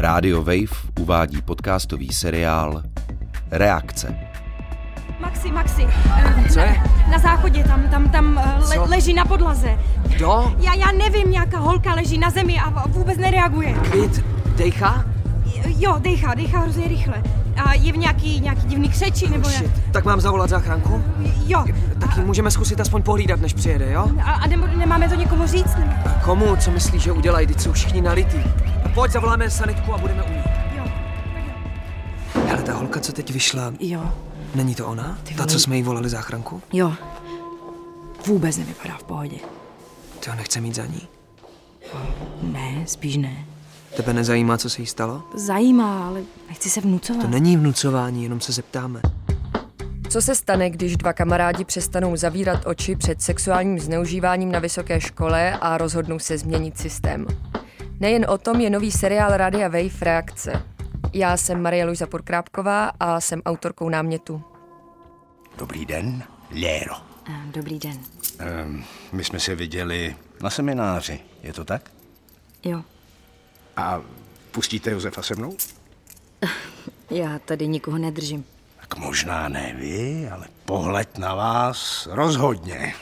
Rádio Wave uvádí podcastový seriál Reakce. Maxi. Co je? Na záchodě, tam leží na podlaze. Kdo? Já nevím, nějaká holka leží na zemi a vůbec nereaguje. Klid, dejchá? Jo, dejchá hrozně rychle. A je v nějaký divný křeči, nebo Shit. Tak mám zavolat záchranku? Jo. Tak ji můžeme zkusit aspoň pohlídat, než přijede, jo? A nebo nemáme to někomu říct? Nebo... Komu? Co myslíš, že udělají? Teď jsou všichni nalitý. Pojď, zavoláme sanitku a budeme u ní. Jo. Hele, ta holka, co teď vyšla, Jo. není to ona? Ta, co jsme jí volali záchranku? Jo. Vůbec nevypadá v pohodě. Ty ho nechce mít za ní? Ne, spíš ne. Tebe nezajímá, co se jí stalo? Zajímá, ale nechci se vnucovat. To není vnucování, jenom se zeptáme. Co se stane, když dva kamarádi přestanou zavírat oči před sexuálním zneužíváním na vysoké škole a rozhodnou se změnit systém? Nejen o tom je nový seriál Rádia Wave Reakce. Já jsem Marie Luisa Purkrápková a jsem autorkou námětu. Dobrý den, Léro. Dobrý den. My jsme se viděli na semináři, je to tak? Jo. A pustíte Josefa se mnou? Já tady nikoho nedržím. Tak možná ne vy, ale pohled na vás rozhodně.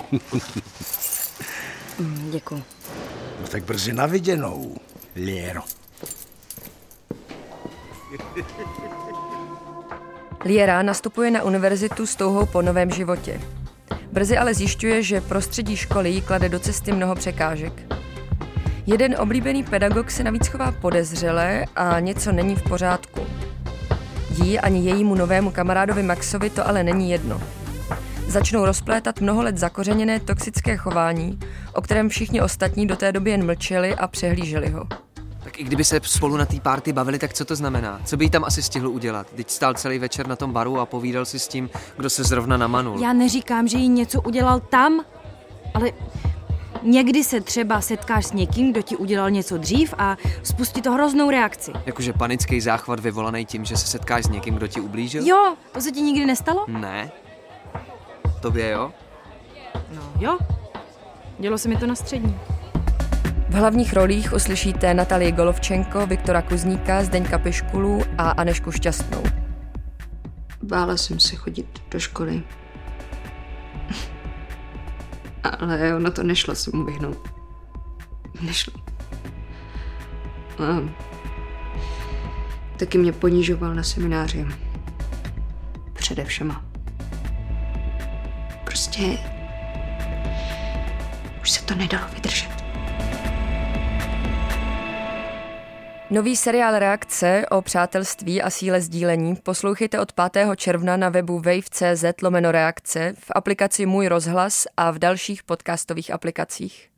Děkuju. No tak brzy na viděnou, Léro. Liera nastupuje na univerzitu s touhou po novém životě. Brzy ale zjišťuje, že prostředí školy jí klade do cesty mnoho překážek. Jeden oblíbený pedagog se navíc chová podezřele a něco není v pořádku. Jí ani jejímu novému kamarádovi Maxovi to ale není jedno. Začnou rozplétat mnoho let zakořeněné toxické chování, o kterém všichni ostatní do té doby jen mlčeli a přehlíželi ho. Tak i kdyby se spolu na té party bavili, tak co to znamená? Co by jí tam asi stihl udělat? Teď stál celý večer na tom baru a povídal si s tím, kdo se zrovna namanul. Já neříkám, že jí něco udělal tam, ale někdy se třeba setkáš s někým, kdo ti udělal něco dřív a spustí to hroznou reakci. Jakože panický záchvat vyvolaný tím, že se setkáš s někým, kdo ti ublížil? Jo, to se ti nikdy nestalo? Ne. Tobě jo? No jo. Dělo se mi to na střední. V hlavních rolích uslyšíte Natalii Golovčenko, Viktora Kuzníka, Zdeňka Piškulu a Anežku Šťastnou. Bála jsem se chodit do školy. Ale ono to nešlo se mu vyhnout. Nešlo. A taky mě ponižoval na semináři. Přede všema. Prostě už se to nedalo vydržet. Nový seriál Reakce o přátelství a síle sdílení poslouchejte od 5. června na webu wave.cz/reakce, v aplikaci Můj rozhlas a v dalších podcastových aplikacích.